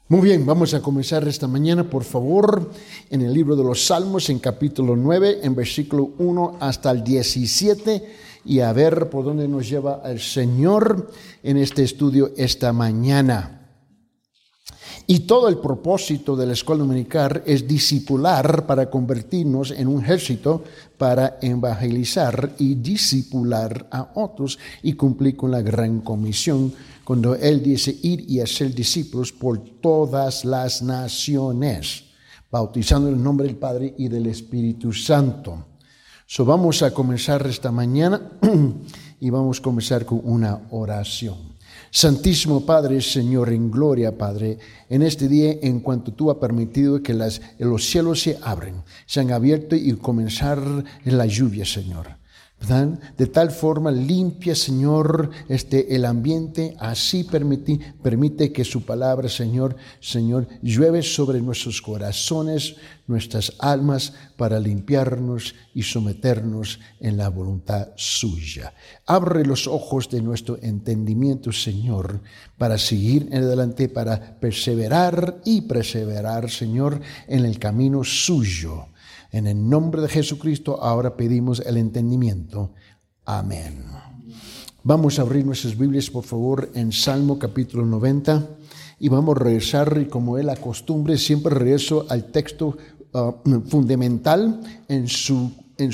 Muy bien, vamos a comenzar esta mañana, por favor, en el libro de los Salmos, en capítulo 9, en versículo 1 hasta el 17, y a ver por dónde nos lleva el Señor en este estudio esta mañana. Y todo el propósito de la escuela dominical es discipular para convertirnos en un ejército para evangelizar y discipular a otros y cumplir con la gran comisión cuando Él dice ir y hacer discípulos por todas las naciones, bautizando en el nombre del Padre y del Espíritu Santo. Vamos a comenzar esta mañana y vamos a comenzar con una oración. Santísimo Padre, Señor, en gloria, Padre, en este día, en cuanto tú has permitido que los cielos se abren, se han abierto y comenzar la lluvia, Señor. ¿Verdad? De tal forma limpia, Señor, el ambiente, así permite que su palabra, Señor, llueve sobre nuestros corazones, nuestras almas, para limpiarnos y someternos en la voluntad suya. Abre los ojos de nuestro entendimiento, Señor, para seguir en adelante, para perseverar, Señor, en el camino suyo. En el nombre de Jesucristo ahora pedimos el entendimiento. Amén. Vamos a abrir nuestras Biblias, por favor, en Salmo capítulo 90 y vamos a regresar, y como es la costumbre, siempre regreso al texto fundamental en su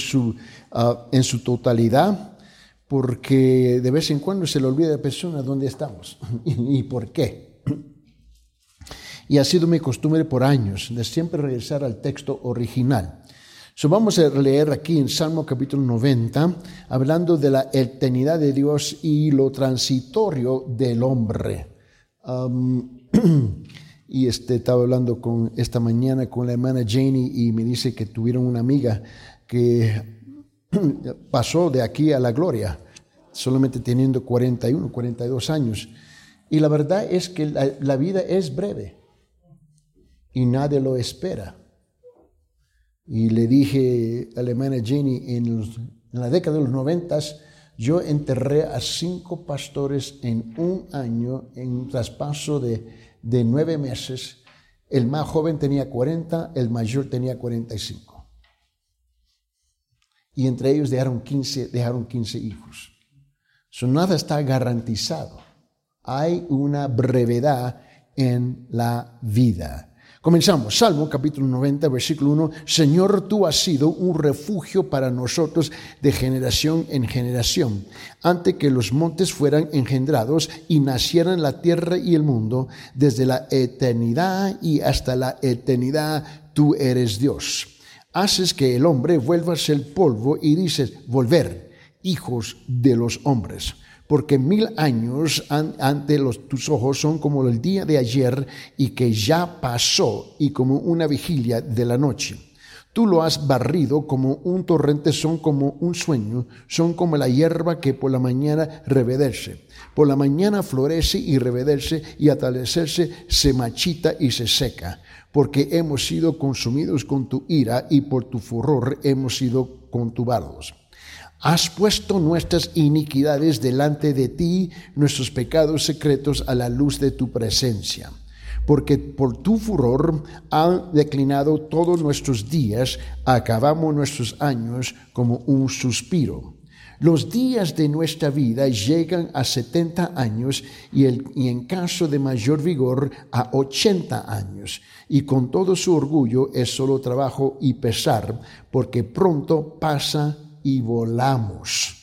totalidad, porque de vez en cuando se le olvida a la persona dónde estamos y por qué. Y ha sido mi costumbre por años de siempre regresar al texto original. Vamos a leer aquí en Salmo capítulo 90, hablando de la eternidad de Dios y lo transitorio del hombre. Y estaba hablando esta mañana con la hermana Janie y me dice que tuvieron una amiga que pasó de aquí a la gloria, solamente teniendo 41, 42 años. Y la verdad es que la vida es breve y nadie lo espera. Y le dije a la hermana Jenny, en la década de los 90, yo enterré a 5 pastores en un año, en un traspaso de 9 meses. El más joven tenía 40, el mayor tenía 45. Y entre ellos dejaron 15 hijos. Nada está garantizado. Hay una brevedad en la vida. Comenzamos, Salmo capítulo 90, versículo 1. Señor, tú has sido un refugio para nosotros de generación en generación. Antes que los montes fueran engendrados y nacieran la tierra y el mundo, desde la eternidad y hasta la eternidad, tú eres Dios. Haces que el hombre vuelva a ser polvo y dices, volver, hijos de los hombres. Porque 1000 años ante tus ojos son como el día de ayer y que ya pasó, y como una vigilia de la noche. Tú lo has barrido como un torrente, son como un sueño, son como la hierba que por la mañana reverdece. Por la mañana florece y reverdece, y al atardecerse se marchita y se seca. Porque hemos sido consumidos con tu ira, y por tu furor hemos sido conturbados. Has puesto nuestras iniquidades delante de ti, nuestros pecados secretos a la luz de tu presencia. Porque por tu furor han declinado todos nuestros días, acabamos nuestros años como un suspiro. Los días de nuestra vida llegan a 70 años y en caso de mayor vigor a 80 años. Y con todo su orgullo es solo trabajo y pesar, porque pronto pasa y volamos.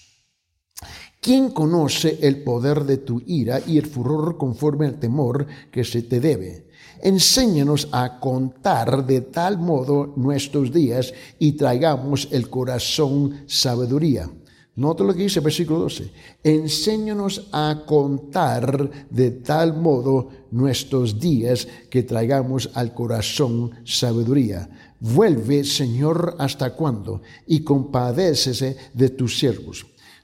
¿Quién conoce el poder de tu ira y el furor conforme al temor que se te debe? Enséñanos a contar de tal modo nuestros días y traigamos el corazón sabiduría. Nota lo que dice el versículo 12. Enséñanos a contar de tal modo nuestros días que traigamos al corazón sabiduría. Vuelve, Señor, ¿hasta cuándo? Y compadécese de tus siervos.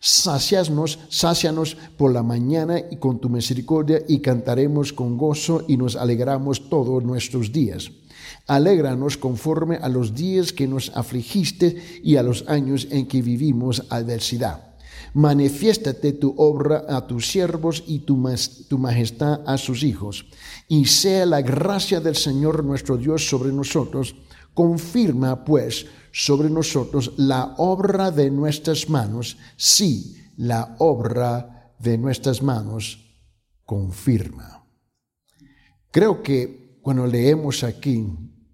Sácianos por la mañana y con tu misericordia, y cantaremos con gozo y nos alegramos todos nuestros días. Alégranos conforme a los días que nos afligiste y a los años en que vivimos adversidad. Manifiéstate tu obra a tus siervos y tu majestad a sus hijos. Y sea la gracia del Señor nuestro Dios sobre nosotros. Confirma, pues, sobre nosotros la obra de nuestras manos. Sí, la obra de nuestras manos confirma. Creo que cuando leemos aquí,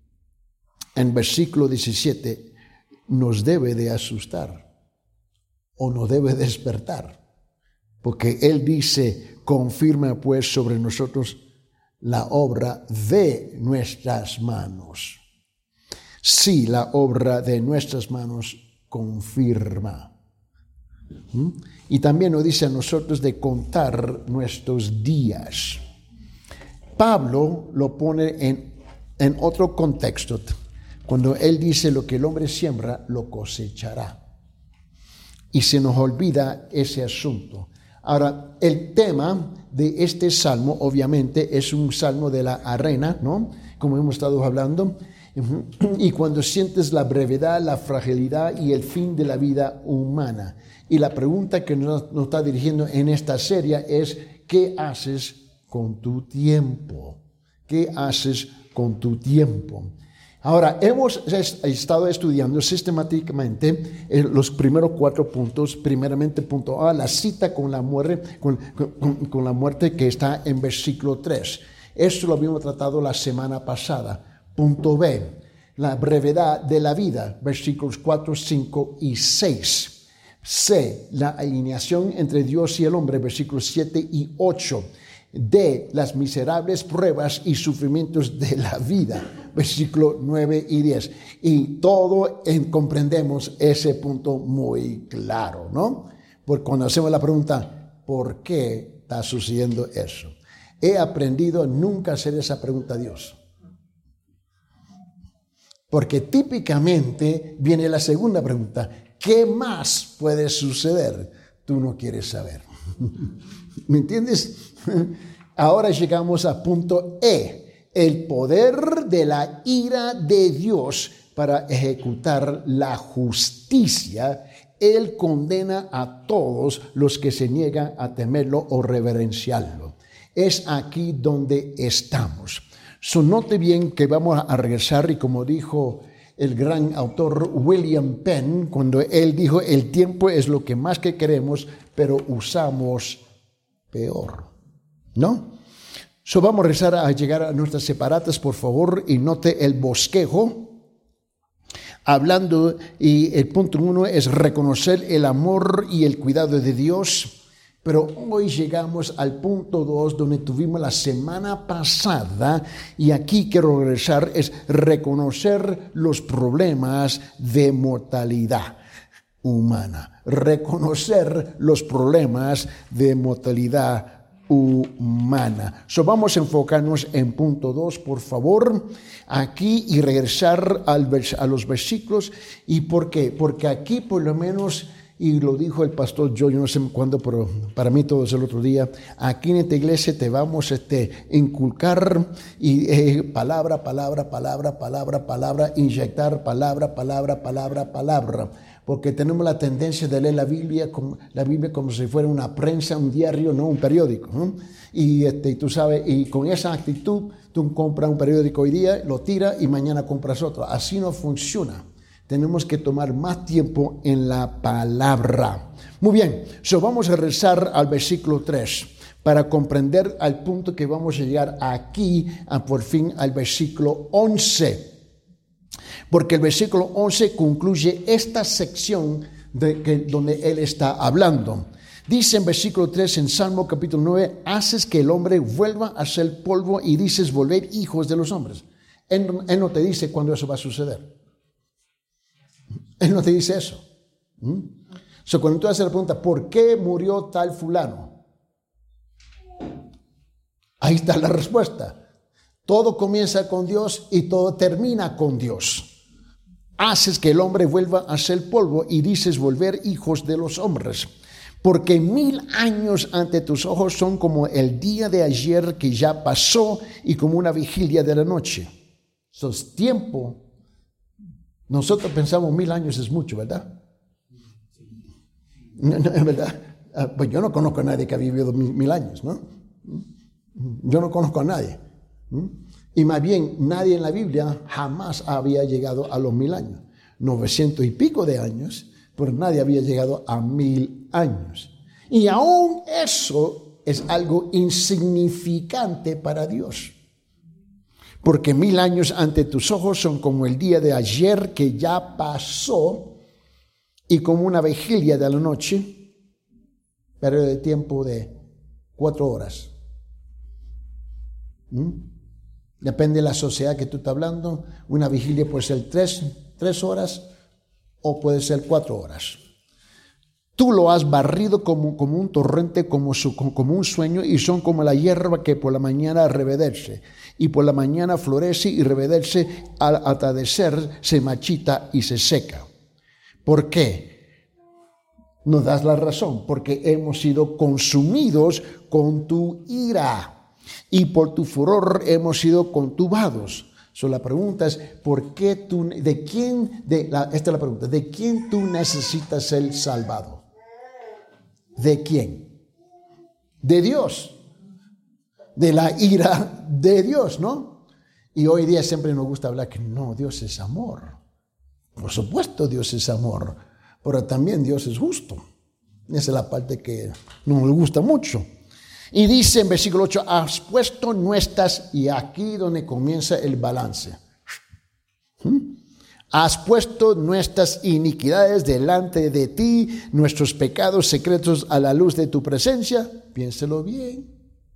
en versículo 17, nos debe de asustar o nos debe despertar. Porque Él dice, confirma pues sobre nosotros la obra de nuestras manos. Sí, la obra de nuestras manos confirma. Y también nos dice a nosotros de contar nuestros días. Pablo lo pone en otro contexto, cuando él dice lo que el hombre siembra, lo cosechará. Y se nos olvida ese asunto. Ahora, el tema de este salmo, obviamente, es un salmo de la arena, ¿no? Como hemos estado hablando. Y cuando sientes la brevedad, la fragilidad y el fin de la vida humana. Y la pregunta que nos está dirigiendo en esta serie es, ¿qué haces con tu tiempo? ¿Qué haces con tu tiempo? Ahora, hemos estado estudiando sistemáticamente los primeros 4 puntos. Primeramente, punto A, la cita con la muerte, con la muerte que está en versículo 3. Esto lo habíamos tratado la semana pasada. Punto B, la brevedad de la vida, versículos 4, 5 y 6. C, la alineación entre Dios y el hombre, versículos 7 y 8. D, las miserables pruebas y sufrimientos de la vida, versículo 9 y 10. Y todo comprendemos ese punto muy claro, ¿no? Porque cuando hacemos la pregunta, ¿por qué está sucediendo eso? He aprendido a nunca hacer esa pregunta a Dios. Porque típicamente viene la segunda pregunta, ¿qué más puede suceder? Tú no quieres saber. ¿Me entiendes? Ahora llegamos a punto E, el poder de la ira de Dios para ejecutar la justicia. Él condena a todos los que se niegan a temerlo o reverenciarlo. Es aquí donde estamos. Note bien que vamos a regresar y como dijo el gran autor William Penn, cuando él dijo, el tiempo es lo que más que queremos, pero usamos peor, ¿no? Vamos a regresar a llegar a nuestras separatas, por favor, y note el bosquejo. Hablando, y el punto 1 es reconocer el amor y el cuidado de Dios. Pero hoy llegamos al punto 2 donde tuvimos la semana pasada y aquí quiero regresar, es reconocer los problemas de mortalidad humana. Reconocer los problemas de mortalidad humana. Vamos a enfocarnos en punto 2, por favor, aquí y regresar a los versículos. ¿Y por qué? Porque aquí por lo menos... Y lo dijo el pastor yo no sé cuándo, pero para mí todo es el otro día. Aquí en esta iglesia te vamos a inculcar y palabra, inyectar palabra. Porque tenemos la tendencia de leer la Biblia como si fuera una prensa, un diario, no un periódico, ¿no? Y tú sabes, y con esa actitud tú compras un periódico hoy día, lo tiras y mañana compras otro. Así no funciona. Tenemos que tomar más tiempo en la palabra. Muy bien, vamos a regresar al versículo 3 para comprender al punto que vamos a llegar aquí, por fin al versículo 11. Porque el versículo 11 concluye esta sección donde él está hablando. Dice en versículo 3 en Salmo capítulo 9, haces que el hombre vuelva a ser polvo y dices volver hijos de los hombres. Él no te dice cuándo eso va a suceder. Él no te dice eso. Cuando tú haces la pregunta, ¿por qué murió tal fulano? Ahí está la respuesta. Todo comienza con Dios y todo termina con Dios. Haces que el hombre vuelva a ser polvo y dices volver hijos de los hombres. Porque 1000 años ante tus ojos son como el día de ayer que ya pasó y como una vigilia de la noche. Es tiempo. Nosotros pensamos 1000 años es mucho, ¿verdad? No, es verdad. Pues yo no conozco a nadie que ha vivido 1000 años, ¿no? Yo no conozco a nadie. Y más bien, nadie en la Biblia jamás había llegado a los 1000 años. 900 y pico de años, pero nadie había llegado a 1000 años. Y aún eso es algo insignificante para Dios. Porque 1000 años ante tus ojos son como el día de ayer que ya pasó y como una vigilia de la noche, periodo de tiempo de 4 horas. Depende de la sociedad que tú estás hablando. Una vigilia puede ser 3 horas o puede ser 4 horas. Tú lo has barrido como un torrente, como un sueño, y son como la hierba que por la mañana reverdece, y por la mañana florece y reverdece, al atardecer se marchita y se seca. ¿Por qué? Nos das la razón, porque hemos sido consumidos con tu ira, y por tu furor hemos sido contubados. La pregunta es, esta es la pregunta, ¿de quién tú necesitas ser salvado? ¿De quién? De Dios. De la ira de Dios, ¿no? Y hoy día siempre nos gusta hablar que no, Dios es amor. Por supuesto Dios es amor, pero también Dios es justo. Esa es la parte que no me gusta mucho. Y dice en versículo 8, has puesto nuestras, y aquí donde comienza el balance. Has puesto nuestras iniquidades delante de ti, nuestros pecados secretos a la luz de tu presencia. Piénselo bien.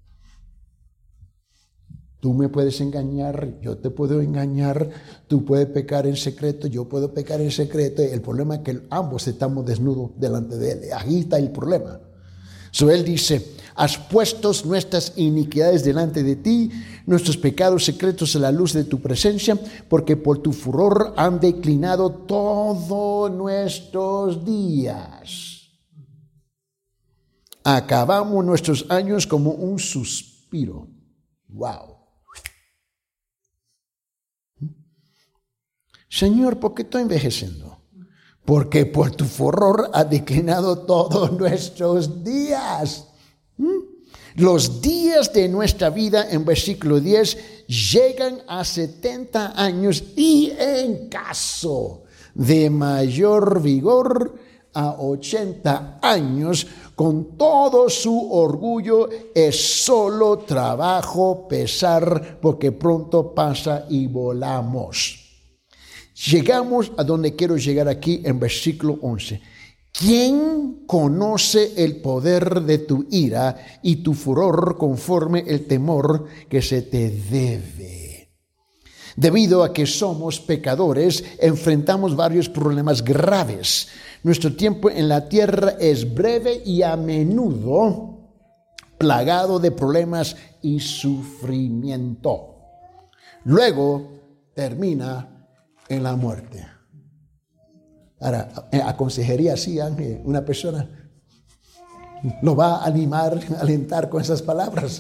Tú me puedes engañar, yo te puedo engañar, tú puedes pecar en secreto, yo puedo pecar en secreto. El problema es que ambos estamos desnudos delante de Él. Ahí está el problema. Él dice, has puesto nuestras iniquidades delante de ti, nuestros pecados secretos a la luz de tu presencia, porque por tu furor han declinado todos nuestros días. Acabamos nuestros años como un suspiro. Wow. Señor, ¿por qué estoy envejeciendo? Porque por tu furor ha declinado todos nuestros días. Los días de nuestra vida, en versículo 10, llegan a 70 años y en caso de mayor vigor a 80 años, con todo su orgullo es solo trabajo, pesar, porque pronto pasa y volamos. Llegamos a donde quiero llegar aquí en versículo 11. ¿Quién conoce el poder de tu ira y tu furor conforme el temor que se te debe? Debido a que somos pecadores, enfrentamos varios problemas graves. Nuestro tiempo en la tierra es breve y a menudo plagado de problemas y sufrimiento. Luego termina en la muerte. Ahora, aconsejaría así, Ángel, una persona lo va a animar, alentar con esas palabras.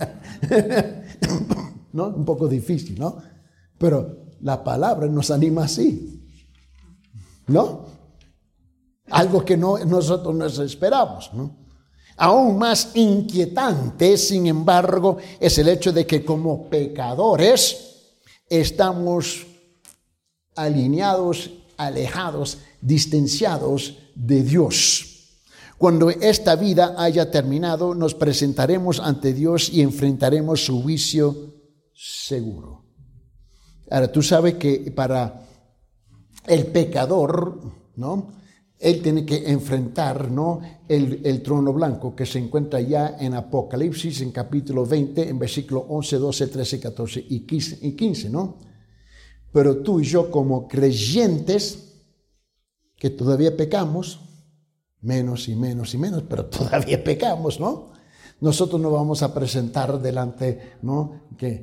¿No? Un poco difícil, ¿no? Pero la palabra nos anima así, ¿no? Algo que nosotros nos esperamos, ¿no? Aún más inquietante, sin embargo, es el hecho de que como pecadores estamos alineados, alejados, distanciados de Dios. Cuando esta vida haya terminado, nos presentaremos ante Dios y enfrentaremos su juicio seguro. Ahora, tú sabes que para el pecador, ¿no?, él tiene que enfrentar, ¿no?, el trono blanco que se encuentra ya en Apocalipsis, en capítulo 20, en versículo 11, 12, 13, 14 y 15, ¿no? Pero tú y yo como creyentes, que todavía pecamos, menos y menos y menos, pero todavía pecamos, ¿no? Nosotros nos vamos a presentar delante, ¿no?,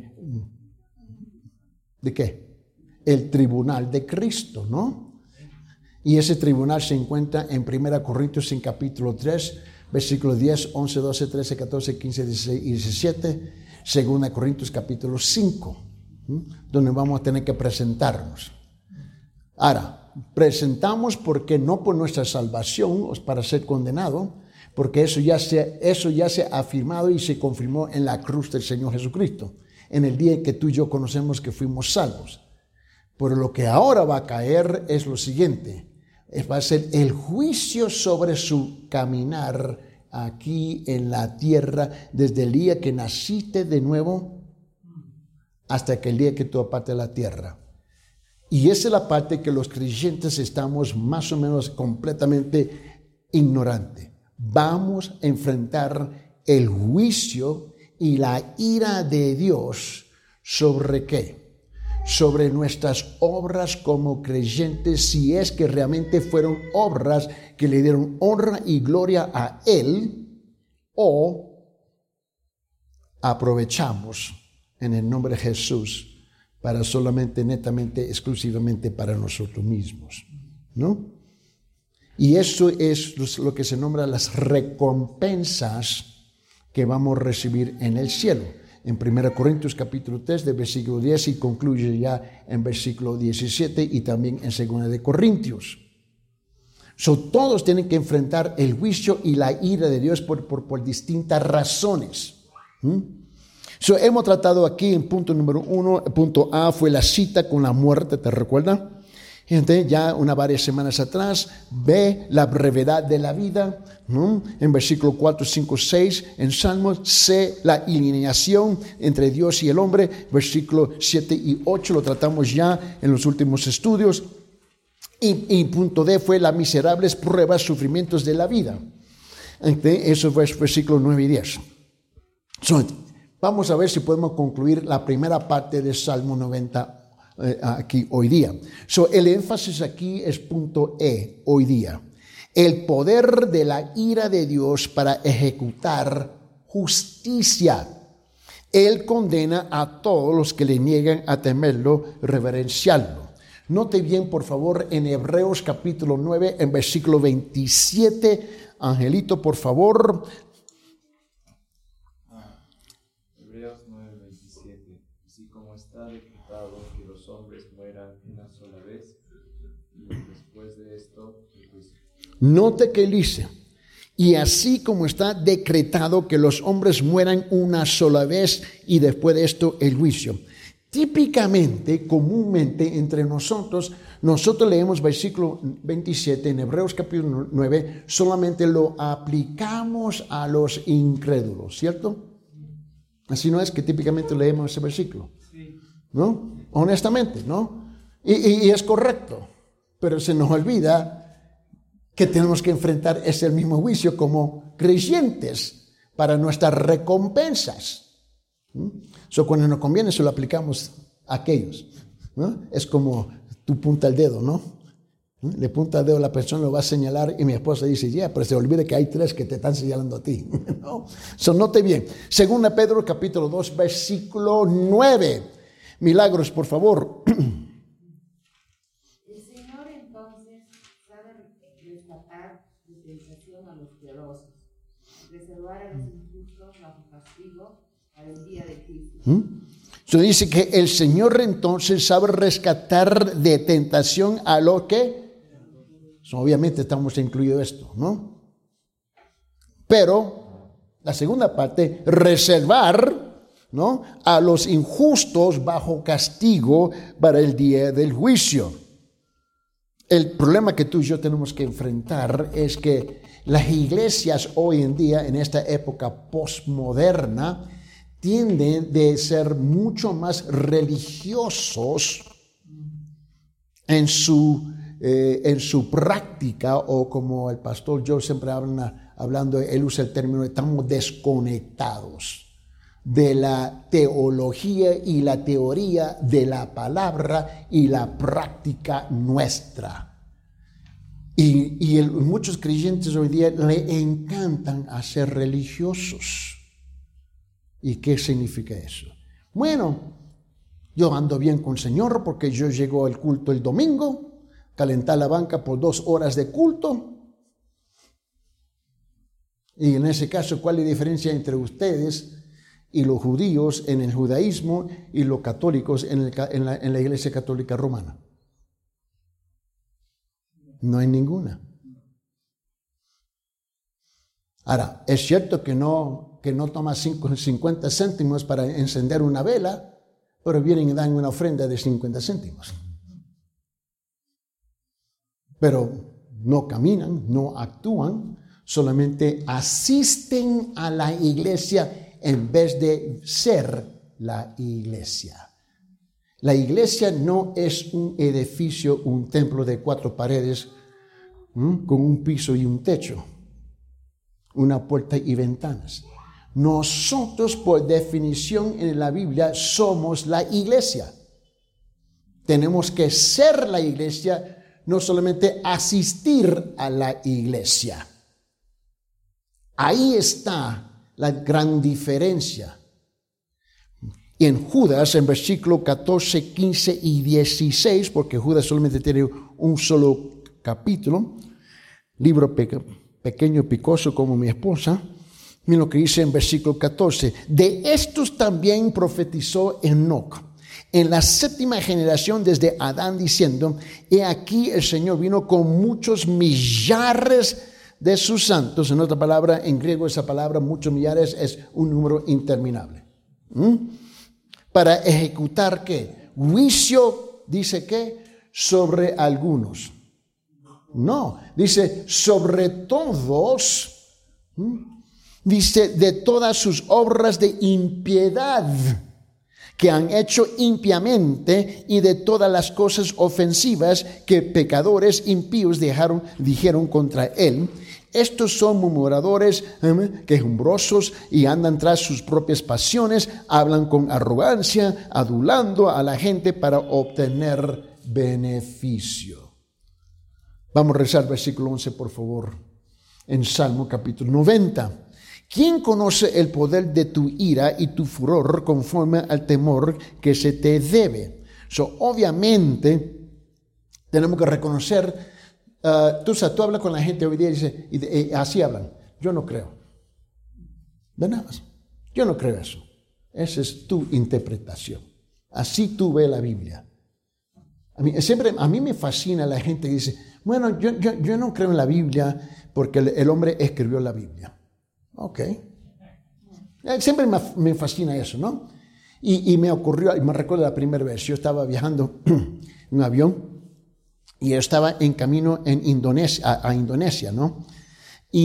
¿de qué? El tribunal de Cristo, ¿no? Y ese tribunal se encuentra en 1 Corintios en capítulo 3, versículos 10, 11, 12, 13, 14, 15, 16 y 17. 2 Corintios capítulo 5, donde vamos a tener que presentarnos. Ahora, presentamos porque no por nuestra salvación o para ser condenado, porque eso ya se ha afirmado y se confirmó en la cruz del Señor Jesucristo, en el día en que tú y yo conocemos que fuimos salvos. Pero lo que ahora va a caer es lo siguiente, va a ser el juicio sobre su caminar aquí en la tierra, desde el día que naciste de nuevo hasta que el día que tú apartes de la tierra. Y esa es la parte que los creyentes estamos más o menos completamente ignorantes. Vamos a enfrentar el juicio y la ira de Dios ¿sobre qué? Sobre nuestras obras como creyentes, si es que realmente fueron obras que le dieron honra y gloria a Él, o aprovechamos en el nombre de Jesús para solamente, netamente, exclusivamente para nosotros mismos, ¿no? Y eso es lo que se nombra las recompensas que vamos a recibir en el cielo. En 1 Corintios capítulo 3, de versículo 10, y concluye ya en versículo 17 y también en 2 de Corintios. Todos tienen que enfrentar el juicio y la ira de Dios por distintas razones. Hemos tratado aquí en punto número 1, punto A fue la cita con la muerte, ¿te recuerdas? Gente, ya varias semanas atrás, B, la brevedad de la vida, ¿no? En versículo 4, 5, 6, en Salmos, C, la alineación entre Dios y el hombre, versículo 7 y 8, lo tratamos ya en los últimos estudios, y punto D fue las miserables pruebas, sufrimientos de la vida. Eso fue versículo 9 y 10. Vamos a ver si podemos concluir la primera parte de Salmo 90 aquí hoy día. El énfasis aquí es punto E, hoy día. El poder de la ira de Dios para ejecutar justicia. Él condena a todos los que le niegan a temerlo, reverenciarlo. Note bien, por favor, en Hebreos capítulo 9, en versículo 27. Angelito, por favor. Hebreos 9:27. Así como está decretado que los hombres mueran una sola vez, y después de esto, el juicio. Note que él dice, y así como está decretado que los hombres mueran una sola vez, y después de esto, el juicio. Típicamente, comúnmente entre nosotros leemos versículo 27 en Hebreos capítulo 9, solamente lo aplicamos a los incrédulos, ¿cierto? Así no es que típicamente leemos ese versículo, ¿no? Honestamente, ¿no? Y es correcto, pero se nos olvida que tenemos que enfrentar ese mismo juicio como creyentes para nuestras recompensas. Cuando nos conviene, se lo aplicamos a aquellos, ¿no? Es como tú punta el dedo, ¿no? Le punta el dedo a la persona, lo va a señalar y mi esposa dice, pero se olvida que hay 3 que te están señalando a ti, ¿no? Note bien, 2 Pedro capítulo 2, versículo 9. Milagros, por favor. El Señor entonces sabe rescatar de tentación a los piadosos, reservar a los injustos bajo castigo para el día de juicio. Dice que el Señor entonces sabe rescatar de tentación a lo que... obviamente estamos incluidos esto, ¿no? Pero la segunda parte, reservar, ¿no?, a los injustos bajo castigo para el día del juicio. El problema que tú y yo tenemos que enfrentar es que las iglesias hoy en día, en esta época postmoderna, tienden de ser mucho más religiosos en su práctica, o como el pastor Joe siempre hablando, él usa el término, estamos desconectados de la teología y la teoría de la palabra y la práctica nuestra. Y muchos creyentes hoy día le encantan hacer religiosos. ¿Y qué significa eso? Bueno, yo ando bien con el Señor porque yo llego al culto el domingo, calentar la banca por 2 horas de culto. Y en ese caso, ¿cuál es la diferencia entre ustedes y los judíos en el judaísmo y los católicos en la Iglesia Católica Romana? No hay ninguna. Ahora, es cierto que no toma 50 céntimos para encender una vela, pero vienen y dan una ofrenda de 50 céntimos. Pero no caminan, no actúan, solamente asisten a la iglesia en vez de ser la iglesia. La iglesia no es un edificio, un templo de 4 paredes, con un piso y un techo, una puerta y ventanas. Nosotros, por definición en la Biblia, somos la iglesia. Tenemos que ser la iglesia, no solamente asistir a la iglesia. Ahí está la gran diferencia. Y en Judas, en versículo 14, 15 y 16, porque Judas solamente tiene un solo capítulo, libro pequeño, picoso como mi esposa, miren lo que dice en versículo 14. De estos también profetizó Enoc en la 7ª generación desde Adán, diciendo: he aquí el Señor vino con muchos millares de sus santos. En otra palabra, en griego esa palabra, muchos millares, es un número interminable. Para ejecutar ¿qué? Juicio, dice ¿qué? Sobre algunos. No, dice sobre todos. Dice de todas sus obras de impiedad que han hecho impiamente, y de todas las cosas ofensivas que pecadores impíos dijeron contra él. Estos son murmuradores, quejumbrosos, y andan tras sus propias pasiones, hablan con arrogancia, adulando a la gente para obtener beneficio. Vamos a rezar el versículo 11, por favor, en Salmo capítulo 90. ¿Quién conoce el poder de tu ira y tu furor conforme al temor que se te debe? Obviamente, tenemos que reconocer. Tú hablas con la gente hoy día y así hablan. Yo no creo. De nada más. Yo no creo eso. Esa es tu interpretación. Así tú ves la Biblia. A mí me fascina la gente que dice: bueno, yo no creo en la Biblia porque el hombre escribió la Biblia. Ok. Siempre me fascina eso, ¿no? Y me ocurrió, me recuerdo la primera vez, yo estaba viajando en un avión y yo estaba en camino a Indonesia, ¿no? Y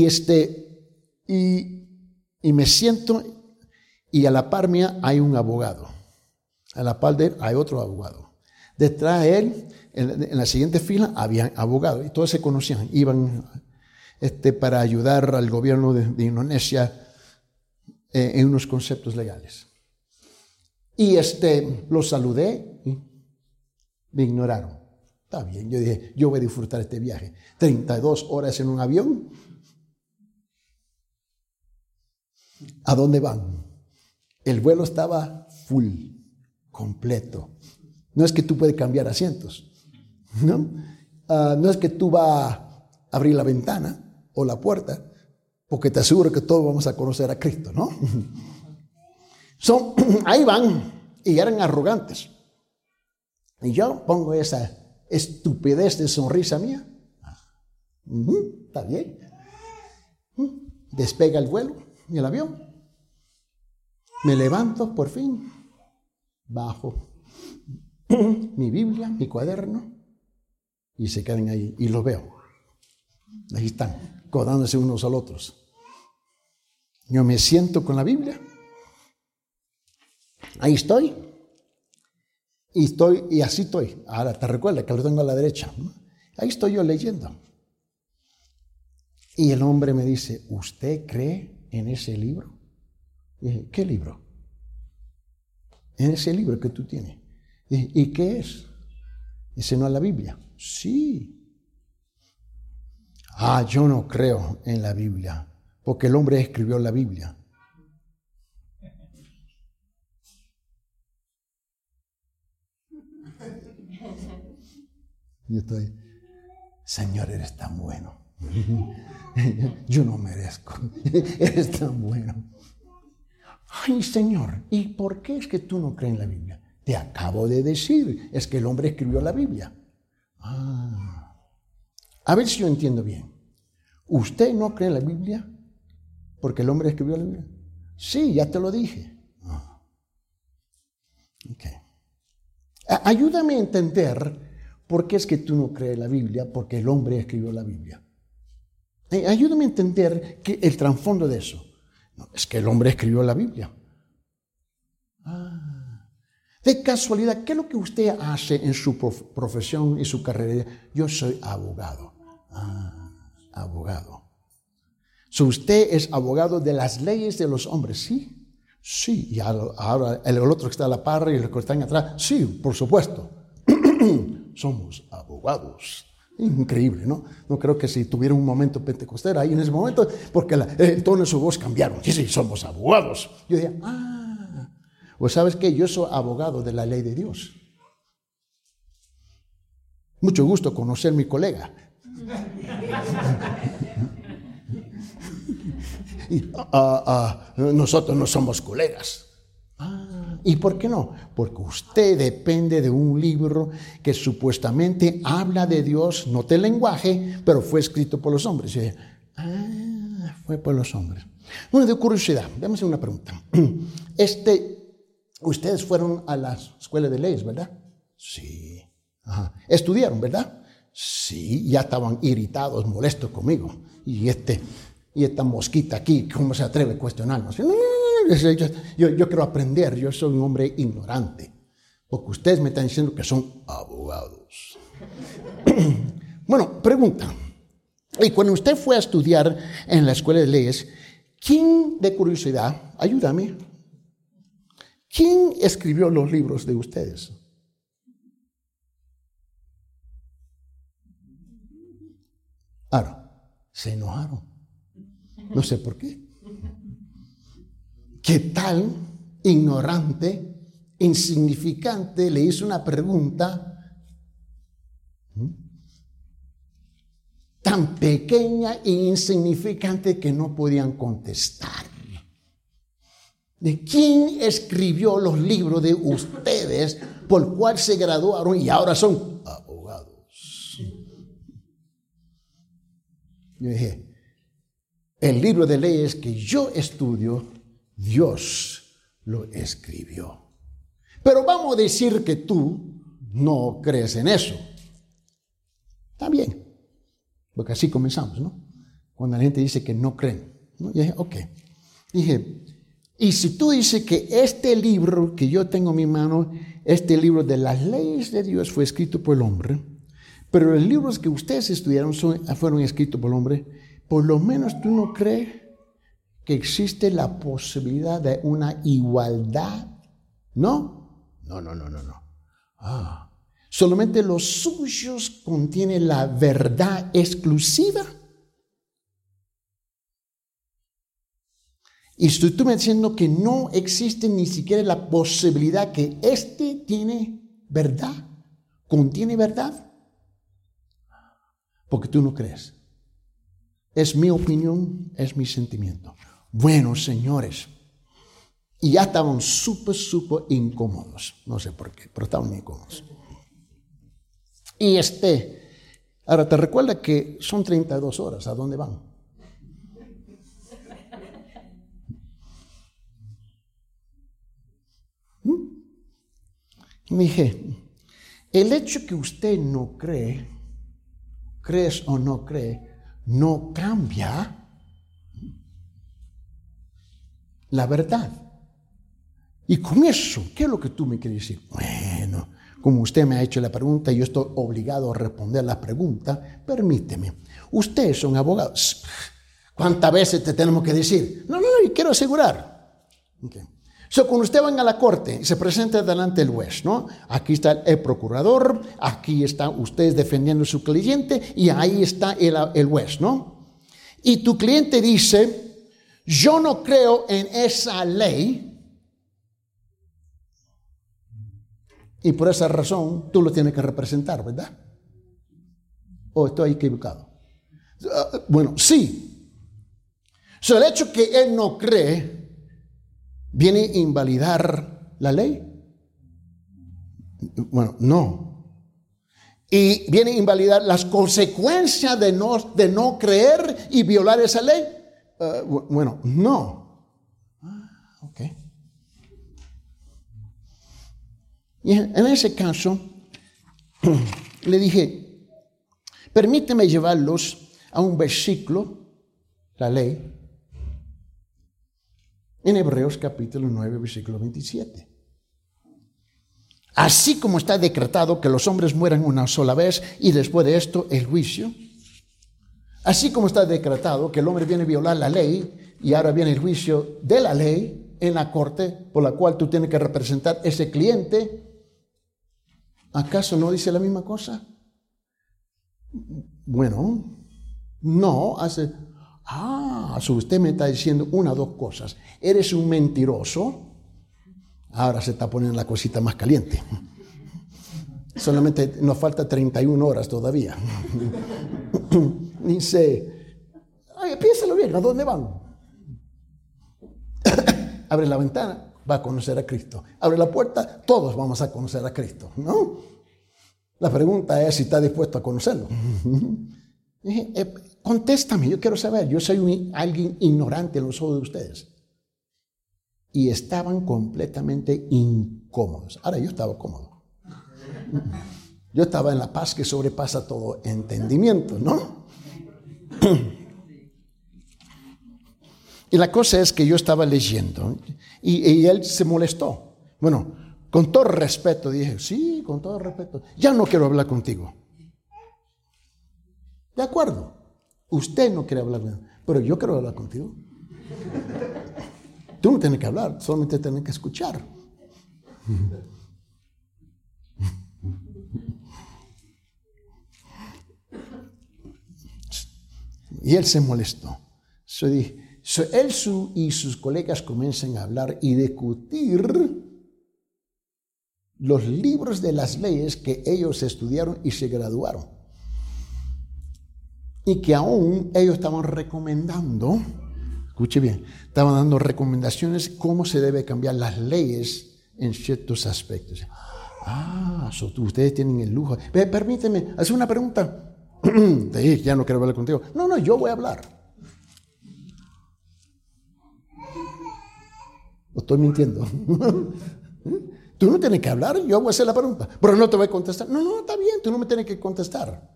me siento, y a la par mía hay un abogado. A la par de él hay otro abogado. Detrás de él, en la siguiente fila, había abogados y todos se conocían, iban para ayudar al gobierno de Indonesia en unos conceptos legales. Y los saludé y me ignoraron. Está bien, yo dije, yo voy a disfrutar este viaje. 32 horas en un avión. ¿A dónde van? El vuelo estaba full, completo. No es que tú puedes cambiar asientos, ¿no? No es que tú vas a abrir la ventana o la puerta, porque te aseguro que todos vamos a conocer a Cristo, ¿no? Ahí van, y eran arrogantes. Y yo pongo esa estupidez de sonrisa mía. Está bien. Despega el vuelo y el avión. Me levanto por fin. Bajo mi Biblia, mi cuaderno, y se quedan ahí. Y los veo. Ahí están, codándose unos a los otros. Yo me siento con la Biblia. Ahí estoy. Y así estoy. Ahora te recuerda que lo tengo a la derecha. Ahí estoy yo leyendo. Y el hombre me dice: ¿usted cree en ese libro? Y dije: ¿qué libro? En ese libro que tú tienes. ¿Y qué es? Dice: ¿no es la Biblia? Sí. Yo no creo en la Biblia, porque el hombre escribió la Biblia. Yo estoy: Señor, eres tan bueno. Yo no merezco. Eres tan bueno. Ay, Señor, ¿y por qué es que tú no crees en la Biblia? Te acabo de decir, es que el hombre escribió la Biblia. A ver si yo entiendo bien. ¿Usted no cree en la Biblia porque el hombre escribió la Biblia? Sí, ya te lo dije. Okay. Ayúdame a entender por qué es que tú no crees en la Biblia porque el hombre escribió la Biblia. Ayúdame a entender el trasfondo de eso. No, es que el hombre escribió la Biblia. De casualidad, ¿qué es lo que usted hace en su profesión y su carrera? Yo soy abogado. Abogado. ¿Usted es abogado de las leyes de los hombres? Sí. Sí. Y ahora el otro que está a la par y los que están atrás. Sí, por supuesto. Somos abogados. Increíble, ¿no? No creo que si tuviera un momento pentecostero ahí en ese momento, porque el tono de su voz cambiaron. Sí, somos abogados. Yo decía, pues ¿sabes qué? Yo soy abogado de la ley de Dios. Mucho gusto conocer a mi colega. Nosotros no somos colegas. ¿Y por qué no? Porque usted depende de un libro que supuestamente habla de Dios, no del lenguaje, pero fue escrito por los hombres. Y fue por los hombres. Bueno, de curiosidad, déjame hacer una pregunta. Ustedes fueron a la escuela de leyes, ¿verdad? Sí. Estudiaron, ¿verdad? Sí, ya estaban irritados, molestos conmigo. Y esta mosquita aquí, ¿cómo se atreve a cuestionarnos? No. Yo quiero aprender, yo soy un hombre ignorante, porque ustedes me están diciendo que son abogados. Bueno, pregunta. Y cuando usted fue a estudiar en la escuela de leyes, ¿quién, de curiosidad, ayúdame, quién escribió los libros de ustedes? Ahora, se enojaron. No sé por qué. ¿Qué tal ignorante, insignificante le hizo una pregunta tan pequeña e insignificante que no podían contestar? ¿De quién escribió los libros de ustedes por cual se graduaron y ahora son abogados? Yo dije, el libro de leyes que yo estudio, Dios lo escribió. Pero vamos a decir que tú no crees en eso. Está bien, porque así comenzamos, ¿no? Cuando la gente dice que no creen, ¿no? Y dije, ok. Dije, y si tú dices que este libro que yo tengo en mi mano, este libro de las leyes de Dios fue escrito por el hombre, pero los libros que ustedes estudiaron fueron escritos por el hombre, por lo menos tú no crees que existe la posibilidad de una igualdad, ¿no? No. Solamente los suyos contienen la verdad exclusiva. Y estoy tú me diciendo que no existe ni siquiera la posibilidad que tiene verdad, contiene verdad, porque tú no crees. Es mi opinión, es mi sentimiento. Bueno, señores, y ya estaban súper incómodos. No sé por qué, pero estaban incómodos. Y ahora te recuerda que son 32 horas. ¿A dónde van? Y dije, el hecho que usted no cree, crees o no cree, no cambia la verdad. Y con eso, ¿qué es lo que tú me quieres decir? Bueno, como usted me ha hecho la pregunta y yo estoy obligado a responder la pregunta, permíteme. Ustedes son abogados. ¿Cuántas veces te tenemos que decir? No, yo quiero asegurar. Okay. Cuando usted va a la corte y se presenta delante del juez, ¿no? Aquí está el procurador, aquí están ustedes defendiendo a su cliente y ahí está el juez, ¿no? Y tu cliente dice, yo no creo en esa ley y por esa razón tú lo tienes que representar, ¿verdad? ¿O estoy equivocado? Bueno, sí. El hecho que él no cree ¿viene a invalidar la ley? Bueno, no. Y viene a invalidar las consecuencias de no creer y violar esa ley. Bueno, no. Ok. Y en ese caso, le dije, permíteme llevarlos a un versículo, la ley, en Hebreos capítulo 9, versículo 27. Así como está decretado que los hombres mueran una sola vez y después de esto el juicio. Así como está decretado que el hombre viene a violar la ley y ahora viene el juicio de la ley en la corte por la cual tú tienes que representar ese cliente. ¿Acaso no dice la misma cosa? Bueno, no hace... usted me está diciendo una o dos cosas. Eres un mentiroso. Ahora se está poniendo la cosita más caliente. Solamente nos falta 31 horas todavía. Dice, piénsalo bien, ¿a dónde van? Abre la ventana, va a conocer a Cristo. Abre la puerta, todos vamos a conocer a Cristo, ¿no? La pregunta es si está dispuesto a conocerlo. Contéstame, yo quiero saber. Yo soy alguien ignorante en los ojos de ustedes. Y estaban completamente incómodos. Ahora yo estaba cómodo. Yo estaba en la paz que sobrepasa todo entendimiento, ¿no? Y la cosa es que yo estaba leyendo y él se molestó. Bueno, con todo respeto dije, sí, con todo respeto, ya no quiero hablar contigo. De acuerdo, usted no quiere hablar conmigo, pero yo quiero hablar contigo. Tú no tienes que hablar, solamente tienes que escuchar. Y él se molestó. Él y sus colegas comienzan a hablar y discutir los libros de las leyes que ellos estudiaron y se graduaron. Y que aún ellos estaban recomendando, escuche bien, estaban dando recomendaciones cómo se debe cambiar las leyes en ciertos aspectos. Ustedes tienen el lujo. Permíteme hacer una pregunta. Ya no quiero hablar contigo. No, yo voy a hablar. ¿O estoy mintiendo? Tú no tienes que hablar, yo voy a hacer la pregunta. Pero no te voy a contestar. No, está bien, tú no me tienes que contestar.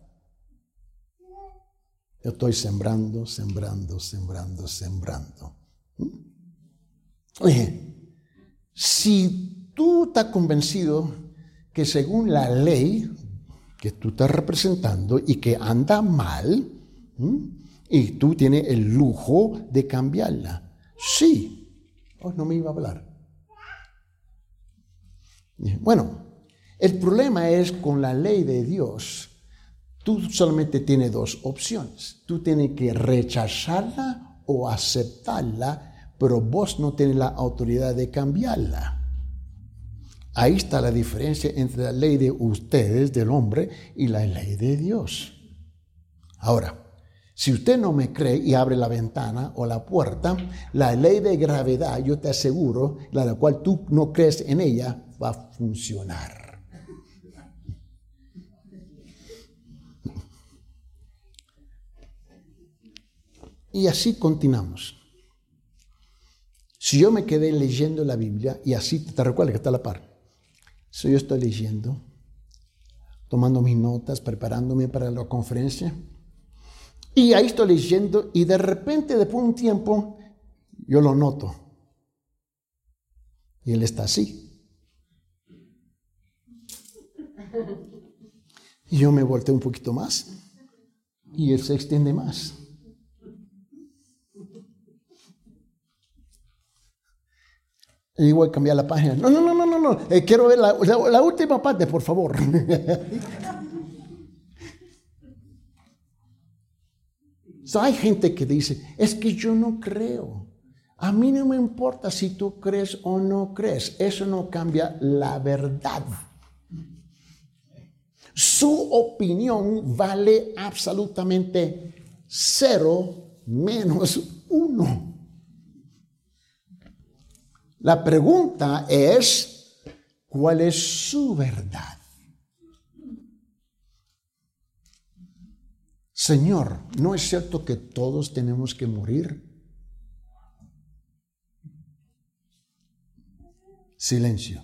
Yo estoy sembrando. Oye, si tú estás convencido que según la ley que tú estás representando y que anda mal, y tú tienes el lujo de cambiarla, sí, no me iba a hablar. Bueno, el problema es con la ley de Dios. Tú solamente tienes dos opciones. Tú tienes que rechazarla o aceptarla, pero vos no tienes la autoridad de cambiarla. Ahí está la diferencia entre la ley de ustedes, del hombre, y la ley de Dios. Ahora, si usted no me cree y abre la ventana o la puerta, la ley de gravedad, yo te aseguro, la cual tú no crees en ella, va a funcionar. Y así continuamos. Si yo me quedé leyendo la Biblia, y así te recuerdas que está a la par. Si yo estoy leyendo, tomando mis notas, preparándome para la conferencia, y ahí estoy leyendo, y de repente, después de un tiempo, yo lo noto. Y él está así. Y yo me volteo un poquito más, y él se extiende más. Y voy a cambiar la página. No. Quiero ver la última parte, por favor. Hay gente que dice, es que yo no creo. A mí no me importa si tú crees o no crees. Eso no cambia la verdad. Su opinión vale absolutamente 0 menos 1. La pregunta es, ¿cuál es su verdad? Señor, ¿no es cierto que todos tenemos que morir? Silencio.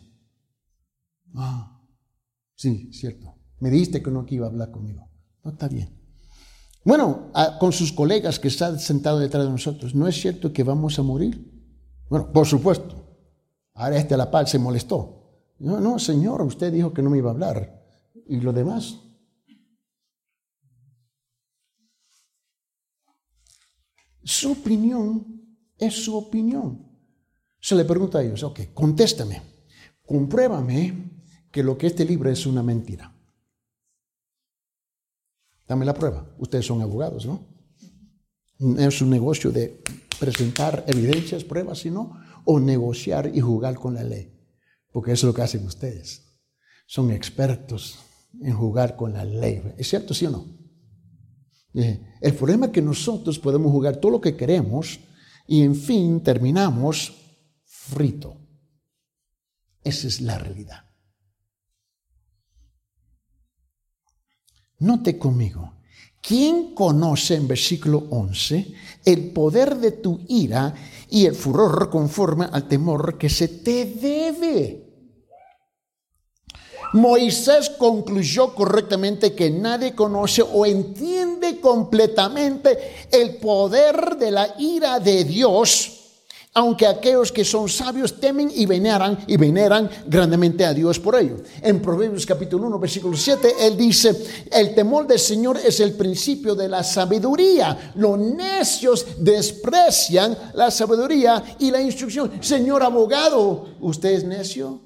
Sí, cierto. Me dijiste que no iba a hablar conmigo. No, está bien. Bueno, con sus colegas que están sentados detrás de nosotros, ¿no es cierto que vamos a morir? Bueno, por supuesto. Ahora a la par se molestó. No, Señor, usted dijo que no me iba a hablar. ¿Y lo demás? Su opinión es su opinión. Se le pregunta a ellos, ok, contéstame, compruébame que lo que este libro es una mentira. Dame la prueba. Ustedes son abogados, ¿no? Es un negocio de presentar evidencias, pruebas, ¿sí, no? O negociar y jugar con la ley. Porque eso es lo que hacen ustedes. Son expertos en jugar con la ley. ¿Es cierto, sí o no? El problema es que nosotros podemos jugar todo lo que queremos y en fin terminamos frito. Esa es la realidad. Note conmigo, ¿quién conoce en versículo 11 el poder de tu ira y el furor conforme al temor que se te debe? Moisés concluyó correctamente que nadie conoce o entiende completamente el poder de la ira de Dios, aunque aquellos que son sabios temen y veneran grandemente a Dios por ello. En Proverbios capítulo 1, versículo 7, él dice, el temor del Señor es el principio de la sabiduría. Los necios desprecian la sabiduría y la instrucción. Señor abogado, ¿usted es necio?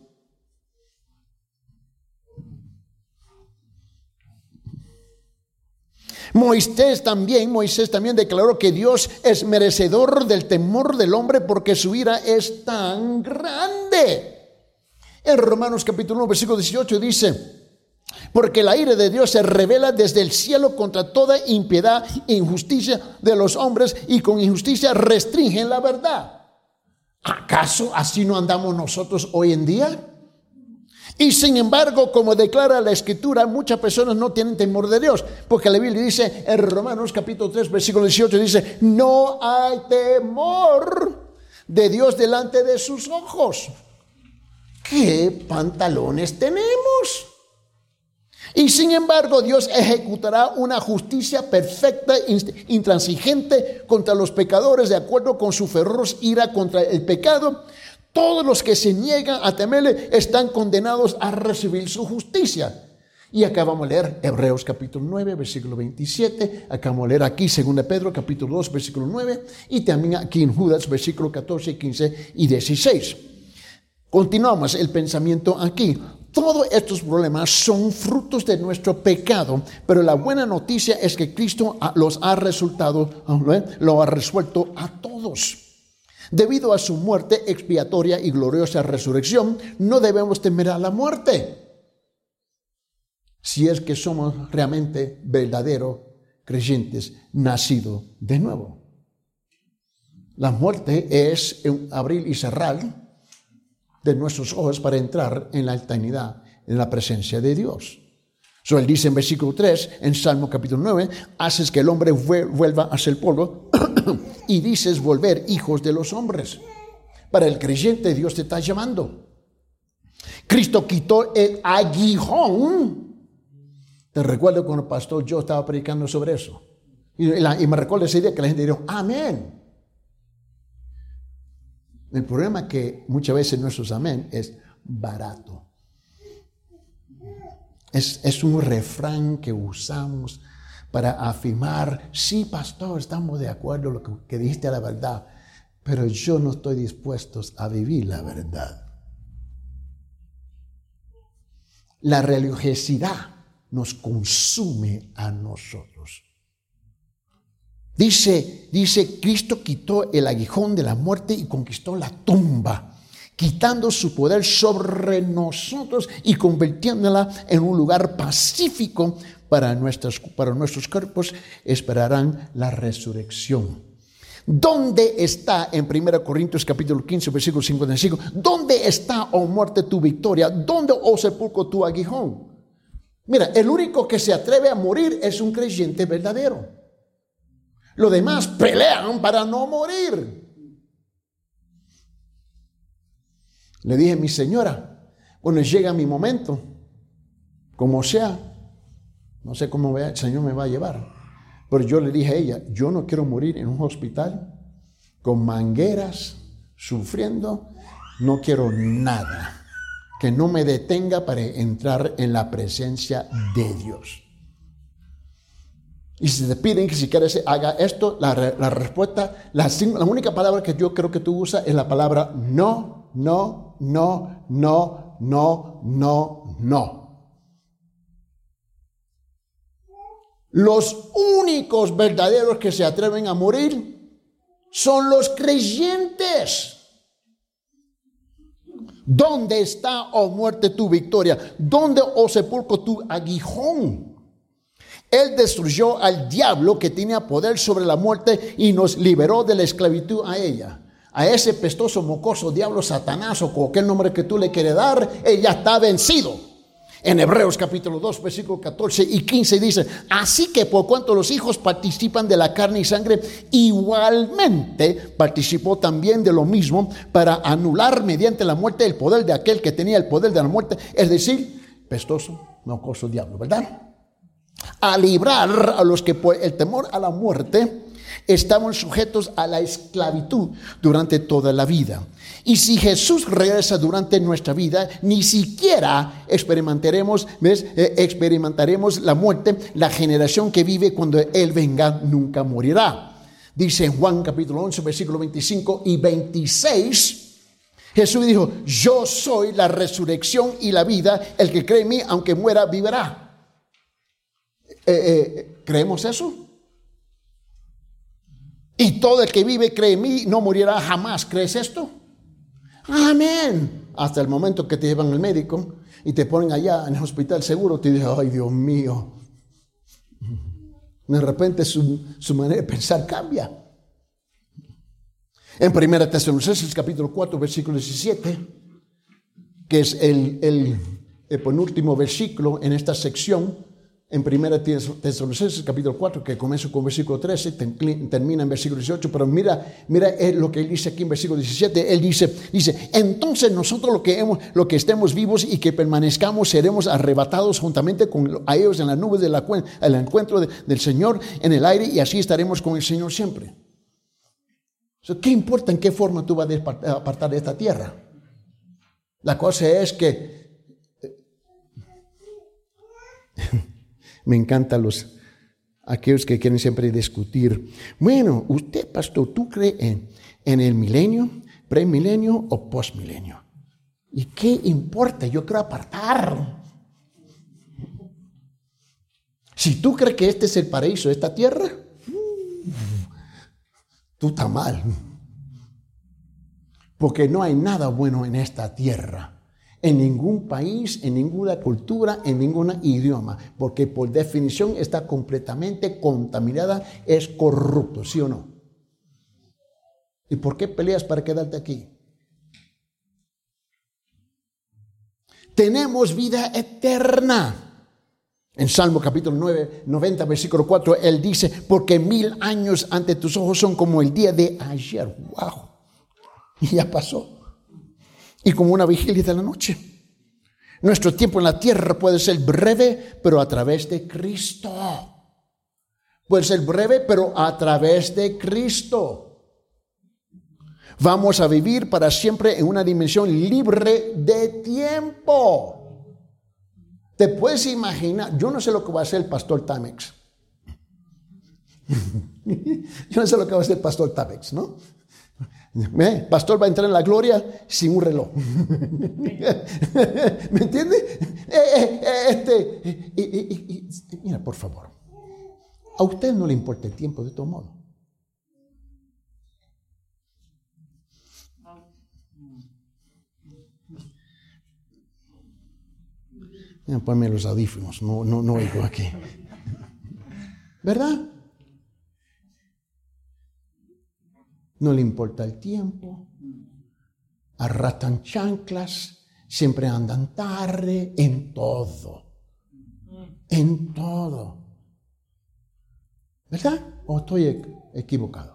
Moisés también declaró que Dios es merecedor del temor del hombre porque su ira es tan grande. En Romanos capítulo 1, versículo 18 dice, porque la ira de Dios se revela desde el cielo contra toda impiedad e injusticia de los hombres y con injusticia restringen la verdad. ¿Acaso así no andamos nosotros hoy en día? Y sin embargo, como declara la Escritura, muchas personas no tienen temor de Dios, porque la Biblia dice en Romanos capítulo 3, versículo 18, dice, no hay temor de Dios delante de sus ojos. ¿Qué pantalones tenemos? Y sin embargo, Dios ejecutará una justicia perfecta, intransigente contra los pecadores, de acuerdo con su feroz ira contra el pecado. Todos los que se niegan a temerle están condenados a recibir su justicia. Y acabamos de leer Hebreos capítulo 9, versículo 27. Acabamos de leer aquí 2 Pedro capítulo 2, versículo 9. Y también aquí en Judas, versículo 14, 15 y 16. Continuamos el pensamiento aquí. Todos estos problemas son frutos de nuestro pecado, pero la buena noticia es que Cristo lo ha resuelto a todos. Debido a su muerte expiatoria y gloriosa resurrección, no debemos temer a la muerte. Si es que somos realmente verdaderos creyentes nacidos de nuevo. La muerte es un abrir y cerrar de nuestros ojos para entrar en la eternidad, en la presencia de Dios. Él dice en versículo 3, en Salmo capítulo 9, haces que el hombre vuelva a ser polvo y dices volver hijos de los hombres. Para el creyente Dios te está llamando. Cristo quitó el aguijón. Te recuerdo cuando el pastor yo estaba predicando sobre eso. Y me recuerdo ese día que la gente dijo, amén. El problema es que muchas veces nuestros amén es barato. Es un refrán que usamos para afirmar, sí, pastor, estamos de acuerdo con lo que dijiste a la verdad, pero yo no estoy dispuesto a vivir la verdad. La religiosidad nos consume a nosotros. Dice, Cristo quitó el aguijón de la muerte y conquistó la tumba, quitando su poder sobre nosotros y convirtiéndola en un lugar pacífico para nuestros cuerpos. Esperarán la resurrección. ¿Dónde está en 1 Corintios capítulo 15, versículo 55? ¿Dónde está, oh muerte, tu victoria? ¿Dónde, oh sepulcro, tu aguijón? Mira, el único que se atreve a morir es un creyente verdadero. Los demás pelean para no morir. Le dije a mi señora, cuando llega mi momento, como sea, no sé cómo el Señor me va a llevar, pero yo le dije a ella, yo no quiero morir en un hospital con mangueras, sufriendo, no quiero nada que no me detenga para entrar en la presencia de Dios. Y si te piden que si quieres haga esto, la respuesta, la única palabra que yo creo que tú usas es la palabra no, no, no, no, no, no, no. Los únicos verdaderos que se atreven a morir son los creyentes. ¿Dónde está, oh muerte, tu victoria? ¿Dónde, oh sepulcro, tu aguijón? Él destruyó al diablo que tenía poder sobre la muerte y nos liberó de la esclavitud a ella. A ese pestoso, mocoso diablo, Satanás o cualquier nombre que tú le quieras dar, él ya está vencido. En Hebreos capítulo 2, versículos 14 y 15 dice, así que por cuanto los hijos participan de la carne y sangre, igualmente participó también de lo mismo para anular mediante la muerte el poder de aquel que tenía el poder de la muerte, es decir, pestoso, mocoso diablo, ¿verdad? A librar a los que por el temor a la muerte estaban sujetos a la esclavitud durante toda la vida. Y si Jesús regresa durante nuestra vida, ni siquiera experimentaremos la muerte. La generación que vive cuando Él venga nunca morirá. Dice en Juan capítulo 11, versículo 25 y 26, Jesús dijo, yo soy la resurrección y la vida, el que cree en mí, aunque muera, vivirá. ¿Creemos eso? Y todo el que vive cree en mí, no morirá jamás. ¿Crees esto? Amén. Hasta el momento que te llevan al médico y te ponen allá en el hospital seguro, te dicen, ay Dios mío. De repente su manera de pensar cambia. En 1 Tesalonicenses capítulo 4 versículo 17, que es el penúltimo versículo en esta sección, en 1 Tesalonicenses capítulo 4, que comienza con versículo 13, termina en versículo 18, pero mira lo que él dice aquí en versículo 17. Él dice, entonces nosotros lo que estemos vivos y que permanezcamos seremos arrebatados juntamente a ellos en las nubes al encuentro del Señor en el aire, y así estaremos con el Señor siempre. ¿Qué importa en qué forma tú vas a apartar de esta tierra? La cosa es que me encantan aquellos que quieren siempre discutir. Bueno, usted, pastor, ¿tú crees en el milenio, premilenio o postmilenio? ¿Y qué importa? Yo quiero apartar. Si tú crees que este es el paraíso de esta tierra, tú estás mal. Porque no hay nada bueno en esta tierra. En ningún país, en ninguna cultura, en ningún idioma, porque por definición está completamente contaminada, es corrupto, ¿sí o no? ¿Y por qué peleas para quedarte aquí? Tenemos vida eterna. En Salmo capítulo 90, versículo 4, él dice, porque 1000 años ante tus ojos son como el día de ayer. ¡Wow! Y ya pasó. Y como una vigilia de la noche. Nuestro tiempo en la tierra puede ser breve, pero a través de Cristo. Puede ser breve, pero a través de Cristo. Vamos a vivir para siempre en una dimensión libre de tiempo. ¿Te puedes imaginar? Yo no sé lo que va a hacer el pastor Tamex. Yo no sé lo que va a hacer el pastor Tamex, ¿no? Pastor va a entrar en la gloria sin un reloj. ¿Me entiende? Mira, por favor, a usted no le importa el tiempo de todo modo. Ponme los audífonos, no oigo aquí. ¿Verdad? No le importa el tiempo, arrastran chanclas, siempre andan tarde en todo. En todo. ¿Verdad? ¿O estoy equivocado?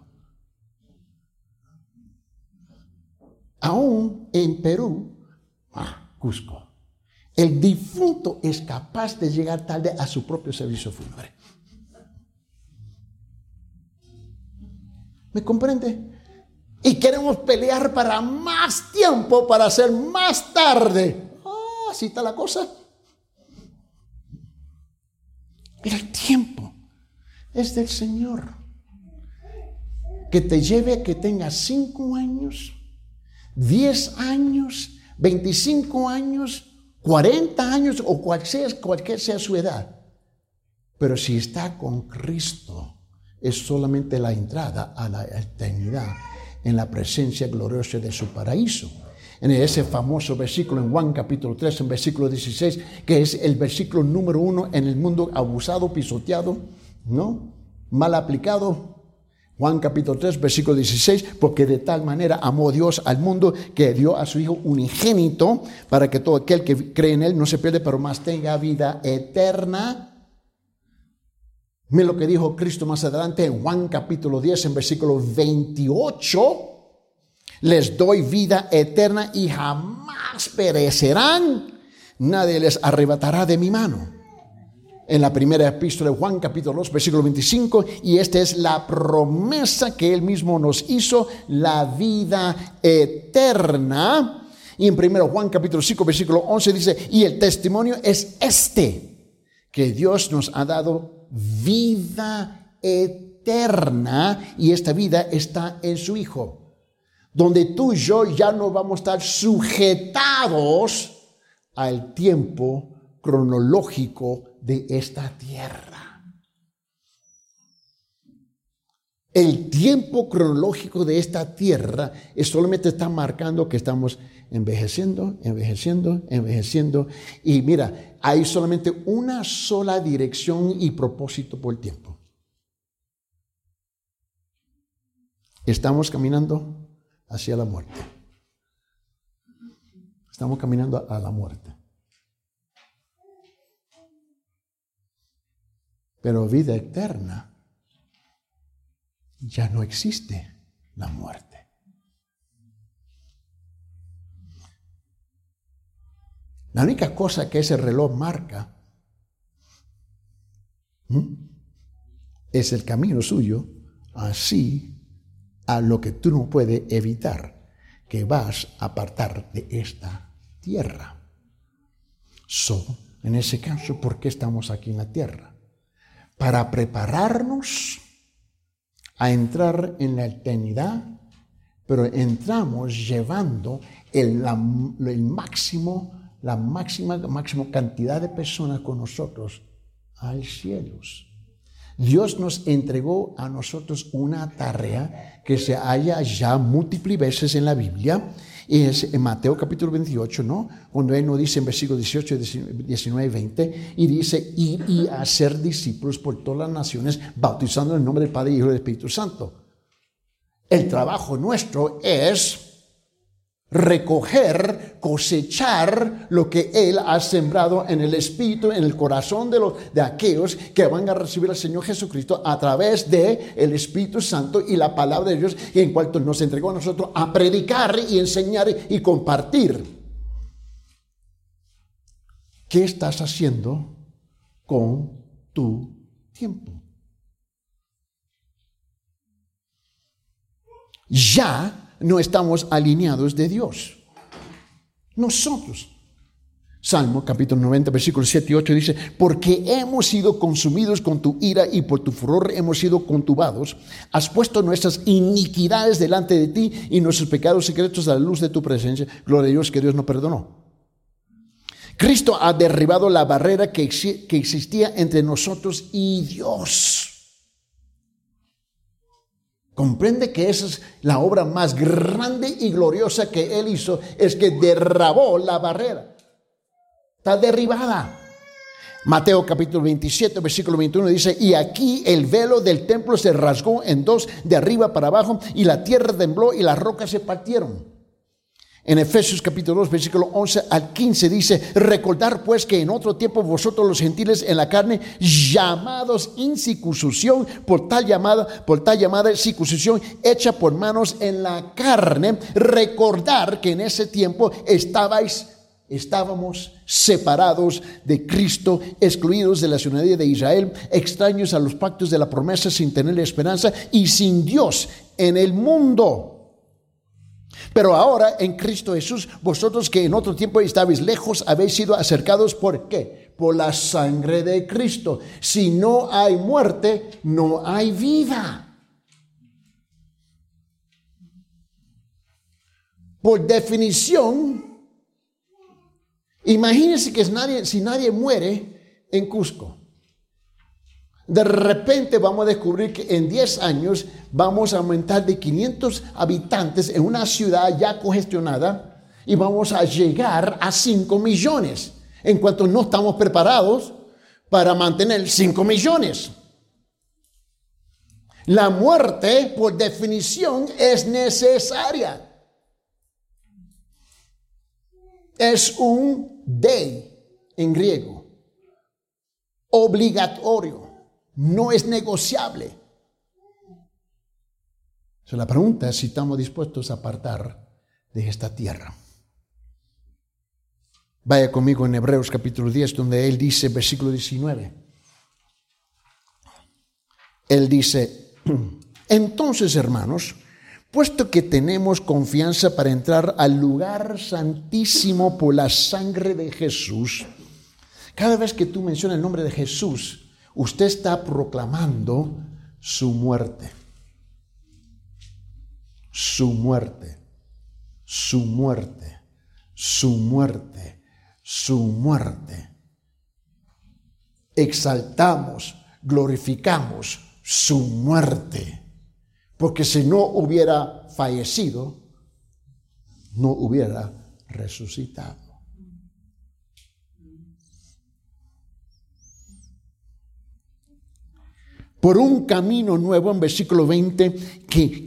Aún en Perú, Cusco, el difunto es capaz de llegar tarde a su propio servicio fúnebre. ¿Me comprende? Y queremos pelear para más tiempo, para hacer más tarde. Así está la cosa. El tiempo es del Señor. Que te lleve a que tengas 5 años, 10 años, 25 años, 40 años o cualquier sea su edad. Pero si está con Cristo, es solamente la entrada a la eternidad en la presencia gloriosa de su paraíso. En ese famoso versículo en Juan capítulo 3, en versículo 16, que es el versículo número 1 en el mundo abusado, pisoteado, ¿no? Mal aplicado. Juan capítulo 3, versículo 16, porque de tal manera amó Dios al mundo que dio a su Hijo unigénito para que todo aquel que cree en Él no se pierda, pero más tenga vida eterna. Mira lo que dijo Cristo más adelante en Juan capítulo 10, en versículo 28. Les doy vida eterna y jamás perecerán. Nadie les arrebatará de mi mano. En la primera epístola de Juan capítulo 2, versículo 25. Y esta es la promesa que Él mismo nos hizo, la vida eterna. Y en 1 Juan capítulo 5, versículo 11 dice, y el testimonio es que Dios nos ha dado vida eterna, y esta vida está en su Hijo, donde tú y yo ya no vamos a estar sujetados al tiempo cronológico de esta tierra. El tiempo cronológico de esta tierra solamente está marcando que estamos envejeciendo. Y mira, hay solamente una sola dirección y propósito por el tiempo. Estamos caminando hacia la muerte. Estamos caminando a la muerte. Pero vida eterna, ya no existe la muerte. La única cosa que ese reloj marca es el camino suyo, así a lo que tú no puedes evitar, que vas a apartar de esta tierra. En ese caso, ¿por qué estamos aquí en la tierra? Para prepararnos a entrar en la eternidad, pero entramos llevando la máxima cantidad de personas con nosotros al cielo. Dios nos entregó a nosotros una tarea que se halla ya múltiples veces en la Biblia, y es en Mateo capítulo 28, ¿no? Cuando Él nos dice en versículos 18, 19 y 20, y dice, ir y hacer discípulos por todas las naciones, bautizando en el nombre del Padre, Hijo y del Espíritu Santo. El trabajo nuestro es recoger, cosechar lo que Él ha sembrado en el espíritu, en el corazón de aquellos que van a recibir al Señor Jesucristo a través de el Espíritu Santo y la palabra de Dios, y en cuanto nos entregó a nosotros a predicar y enseñar y compartir. ¿Qué estás haciendo con tu tiempo? Ya no estamos alineados de Dios. Nosotros. Salmo capítulo 90, versículos 7 y 8 dice, porque hemos sido consumidos con tu ira y por tu furor hemos sido contubados. Has puesto nuestras iniquidades delante de ti y nuestros pecados secretos a la luz de tu presencia. Gloria a Dios que Dios nos perdonó. Cristo ha derribado la barrera que existía entre nosotros y Dios. Comprende que esa es la obra más grande y gloriosa que Él hizo, es que derribó la barrera. Está derribada. Mateo capítulo 27, versículo 21 dice, y aquí el velo del templo se rasgó en dos, de arriba para abajo, y la tierra tembló y las rocas se partieron. En Efesios capítulo 2, versículo 11 al 15 dice: recordar pues que en otro tiempo vosotros los gentiles en la carne, llamados incircuncisión, por tal llamada circuncisión hecha por manos en la carne, recordar que en ese tiempo estábamos separados de Cristo, excluidos de la ciudadanía de Israel, extraños a los pactos de la promesa, sin tener esperanza y sin Dios en el mundo. Pero ahora en Cristo Jesús, vosotros que en otro tiempo estabais lejos, habéis sido acercados. ¿Por qué? Por la sangre de Cristo. Si no hay muerte, no hay vida. Por definición, imagínense que si nadie muere en Cusco, de repente vamos a descubrir que en 10 años vamos a aumentar de 500 habitantes en una ciudad ya congestionada y vamos a llegar a 5 millones, en cuanto no estamos preparados para mantener 5 millones. La muerte, por definición, es necesaria. Es un dei en griego, obligatorio. No es negociable. La pregunta es si estamos dispuestos a apartar de esta tierra. Vaya conmigo en Hebreos capítulo 10, donde él dice, versículo 19. Él dice: entonces, hermanos, puesto que tenemos confianza para entrar al lugar santísimo por la sangre de Jesús. Cada vez que tú mencionas el nombre de Jesús, usted está proclamando su muerte. Su muerte. Su muerte. Su muerte. Su muerte. Exaltamos, glorificamos su muerte. Porque si no hubiera fallecido, no hubiera resucitado. Por un camino nuevo, en versículo 20,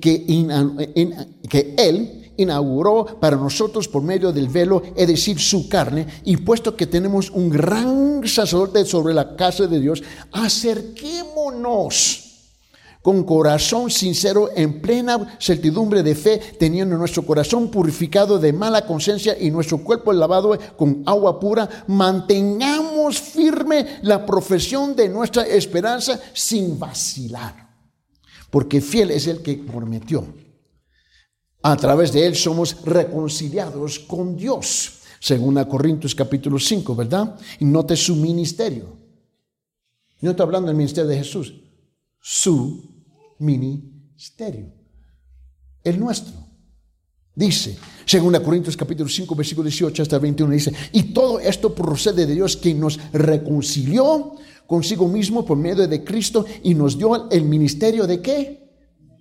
que Él inauguró para nosotros por medio del velo, es decir, su carne, y puesto que tenemos un gran sacerdote sobre la casa de Dios, acerquémonos con corazón sincero, en plena certidumbre de fe, teniendo nuestro corazón purificado de mala conciencia y nuestro cuerpo lavado con agua pura. Mantengamos firme la profesión de nuestra esperanza sin vacilar, porque fiel es el que prometió. A través de él somos reconciliados con Dios, según Corintios capítulo 5, ¿verdad? Y note su ministerio. Yo no estoy hablando del ministerio de Jesús, su ministerio, el nuestro. Dice, según Corintios capítulo 5, versículo 18 hasta 21, dice: y todo esto procede de Dios, quien nos reconcilió consigo mismo por medio de Cristo y nos dio el ministerio de ¿qué?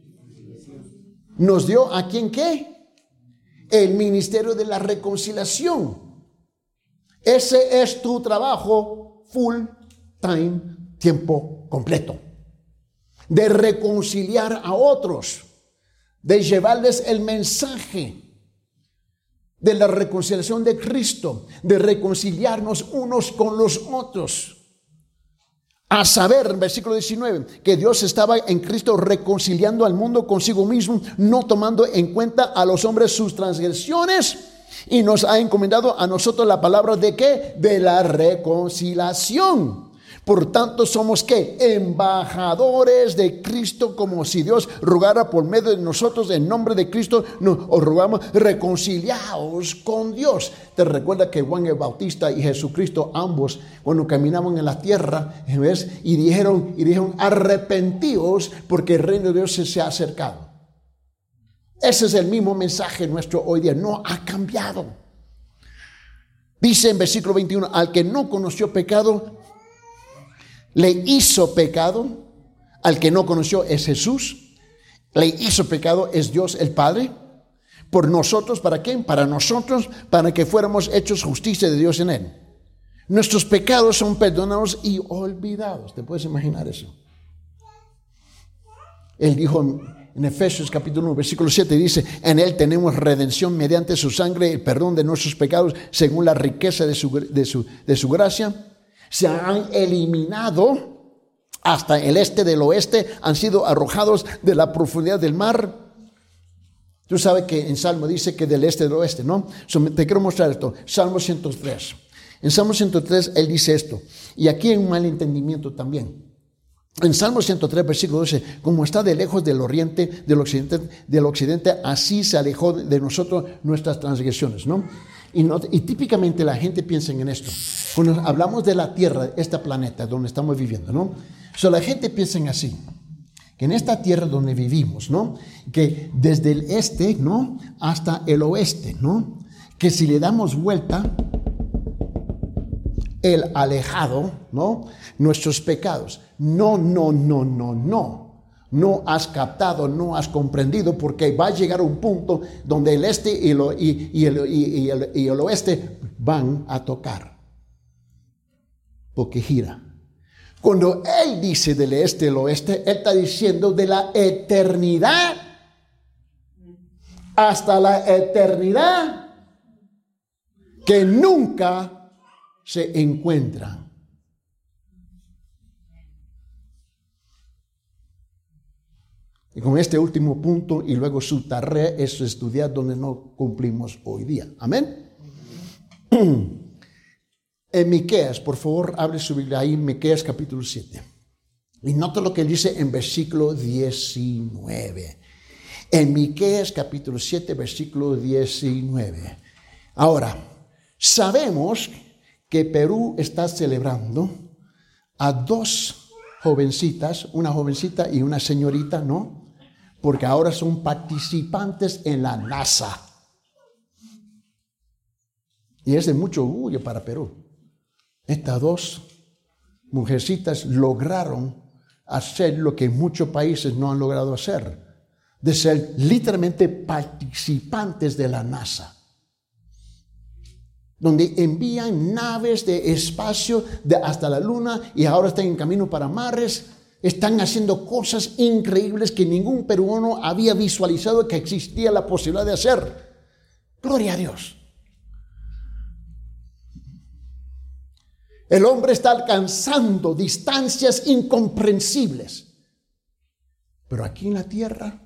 Nos dio ¿a quién qué? El ministerio de la reconciliación. Ese es tu trabajo full time, tiempo completo. De reconciliar a otros, de llevarles el mensaje de la reconciliación de Cristo, de reconciliarnos unos con los otros. A saber, en versículo 19, que Dios estaba en Cristo reconciliando al mundo consigo mismo, no tomando en cuenta a los hombres sus transgresiones, y nos ha encomendado a nosotros la palabra de ¿qué? De la reconciliación. Por tanto, somos ¿qué? Embajadores de Cristo, como si Dios rogara por medio de nosotros. En nombre de Cristo os rogamos, reconciliaos con Dios. Te recuerda que Juan el Bautista y Jesucristo, ambos, cuando caminaban en la tierra, ¿ves? Y dijeron, arrepentíos, porque el reino de Dios se ha acercado. Ese es el mismo mensaje nuestro hoy día, no ha cambiado. Dice en versículo 21, al que no conoció pecado, le hizo pecado. Al que no conoció es Jesús. Le hizo pecado es Dios el Padre. Por nosotros, ¿para qué? Para nosotros, para que fuéramos hechos justicia de Dios en él. Nuestros pecados son perdonados y olvidados. ¿Te puedes imaginar eso? Él dijo En Efesios capítulo 1, versículo 7 dice, en Él tenemos redención mediante su sangre, el perdón de nuestros pecados, según la riqueza de su gracia. Se han eliminado hasta el este del oeste, han sido arrojados de la profundidad del mar. Tú sabes que en Salmo dice que del este del oeste, ¿no? Te quiero mostrar esto. Salmo 103. En Salmo 103 él dice esto. Y aquí hay un mal entendimiento también. En Salmo 103, versículo 12, como está de lejos del oriente, del occidente, así se alejó de nosotros nuestras transgresiones, ¿no? Y típicamente la gente piensa en esto. Cuando hablamos de la Tierra, este planeta donde estamos viviendo, ¿no? La gente piensa en así, que en esta Tierra donde vivimos, ¿no? Que desde el este, ¿no? Hasta el oeste, ¿no? Que si le damos vuelta, el alejado, ¿no? Nuestros pecados. No. No has captado, no has comprendido, porque va a llegar un punto donde el este y el oeste van a tocar. Porque gira. Cuando él dice del este al oeste, él está diciendo de la eternidad hasta la eternidad que nunca se encuentran. Y con este último punto y luego su tarea es estudiar donde no cumplimos hoy día. Amén. En Miqueas, por favor, abre su Biblia ahí, Miqueas capítulo 7. Y nota lo que dice en versículo 19. En Miqueas capítulo 7, versículo 19. Ahora, sabemos que Perú está celebrando a dos jovencitas, una jovencita y una señorita, ¿no? Porque ahora son participantes en la NASA. Y es de mucho orgullo para Perú. Estas dos mujercitas lograron hacer lo que muchos países no han logrado hacer, de ser literalmente participantes de la NASA, donde envían naves de espacio hasta la Luna y ahora están en camino para Marte. Están haciendo cosas increíbles que ningún peruano había visualizado que existía la posibilidad de hacer. Gloria a Dios. El hombre está alcanzando distancias incomprensibles. Pero aquí en la tierra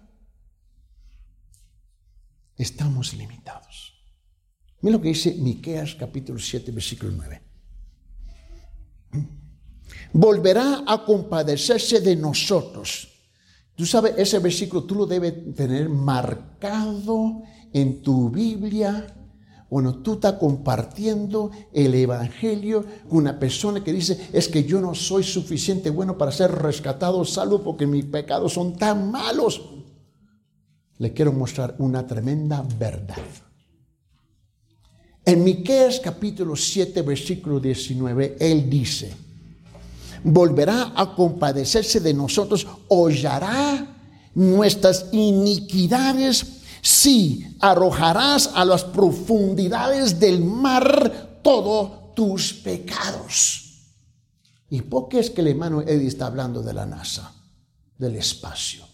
estamos limitados. Mira lo que dice Miqueas capítulo 7, versículo 9. Volverá a compadecerse de nosotros. Tú sabes, ese versículo tú lo debes tener marcado en tu Biblia. Cuando tú estás compartiendo el evangelio con una persona que dice, es que yo no soy suficiente bueno para ser rescatado, salvo porque mis pecados son tan malos. Le quiero mostrar una tremenda verdad. En Miqueas capítulo 7, versículo 19, él dice, volverá a compadecerse de nosotros, hollará nuestras iniquidades. Sí, arrojarás a las profundidades del mar todos tus pecados. ¿Y por qué es que el hermano Eddie está hablando de la NASA, del espacio?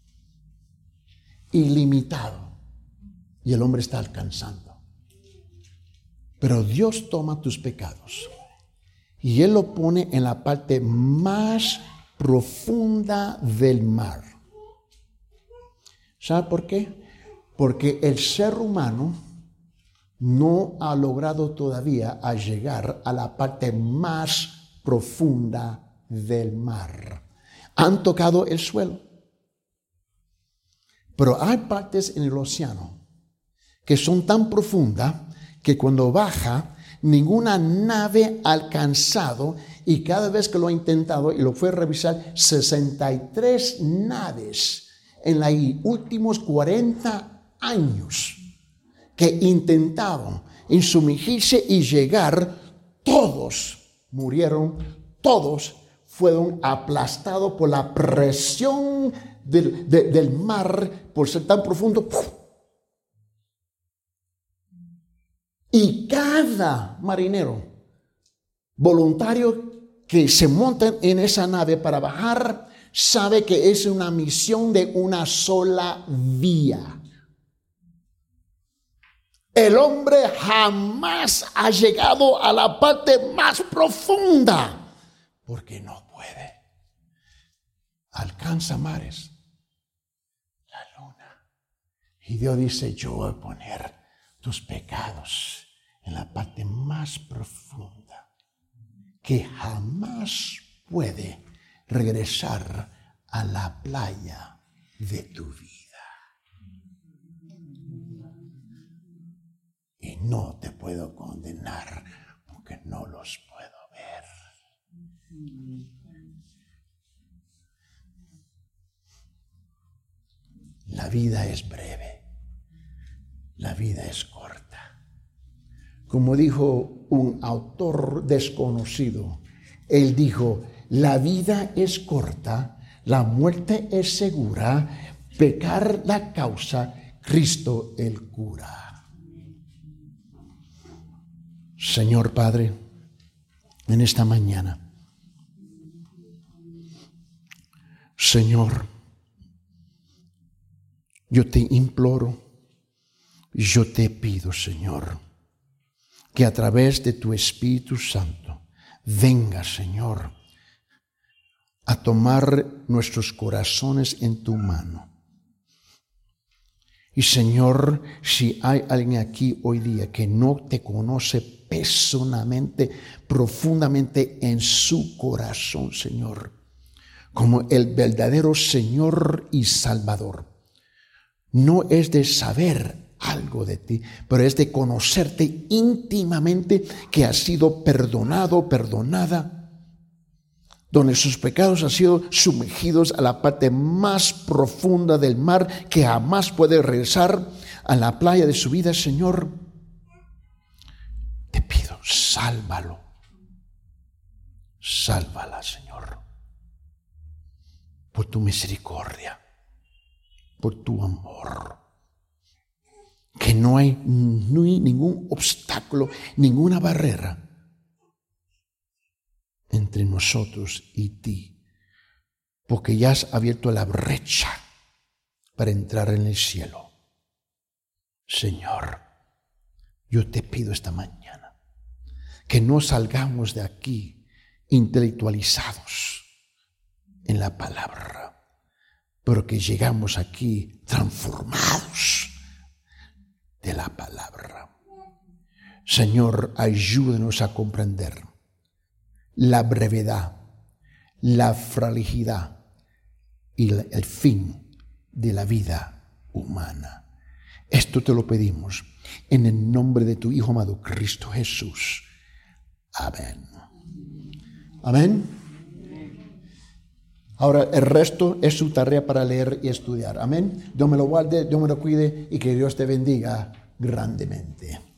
Ilimitado. Y el hombre está alcanzando. Pero Dios toma tus pecados y Él lo pone en la parte más profunda del mar. ¿Sabe por qué? Porque el ser humano no ha logrado todavía a llegar a la parte más profunda del mar. Han tocado el suelo. Pero hay partes en el océano que son tan profundas que cuando baja, ninguna nave ha alcanzado, y cada vez que lo ha intentado, y lo fue a revisar, 63 naves en los últimos 40 años que intentaron insumergirse y llegar, todos murieron, todos fueron aplastados por la presión del mar, por ser tan profundo. Y cada marinero voluntario que se monta en esa nave para bajar, sabe que es una misión de una sola vía. El hombre jamás ha llegado a la parte más profunda porque no puede. Alcanza mares, la luna. Y Dios dice, yo voy a poner tus pecados en la parte más profunda que jamás puede regresar a la playa de tu vida. Y no te puedo condenar porque no los puedo ver. La vida es breve. La vida es corta. Como dijo un autor desconocido, él dijo, la vida es corta, la muerte es segura, pecar la causa, Cristo el cura. Señor Padre, en esta mañana, Señor, yo te imploro, yo te pido, Señor, que a través de tu Espíritu Santo venga, Señor, a tomar nuestros corazones en tu mano. Y Señor, si hay alguien aquí hoy día que no te conoce personalmente, profundamente en su corazón, Señor, como el verdadero Señor y Salvador, no es de saber algo de ti, pero es de conocerte íntimamente, que has sido perdonado, perdonada, donde sus pecados han sido sumergidos a la parte más profunda del mar, que jamás puede regresar a la playa de su vida. Señor, te pido, sálvalo. Sálvala, Señor, por tu misericordia, por tu amor. Que no hay ningún obstáculo, ninguna barrera entre nosotros y ti, porque ya has abierto la brecha para entrar en el cielo. Señor, yo te pido esta mañana que no salgamos de aquí intelectualizados en la palabra, pero que llegamos aquí transformados de la palabra. Señor, ayúdanos a comprender la brevedad, la fragilidad y el fin de la vida humana. Esto te lo pedimos en el nombre de tu Hijo amado, Cristo Jesús. Amén. Amén. Ahora el resto es su tarea para leer y estudiar. Amén. Dios me lo guarde, Dios me lo cuide y que Dios te bendiga grandemente.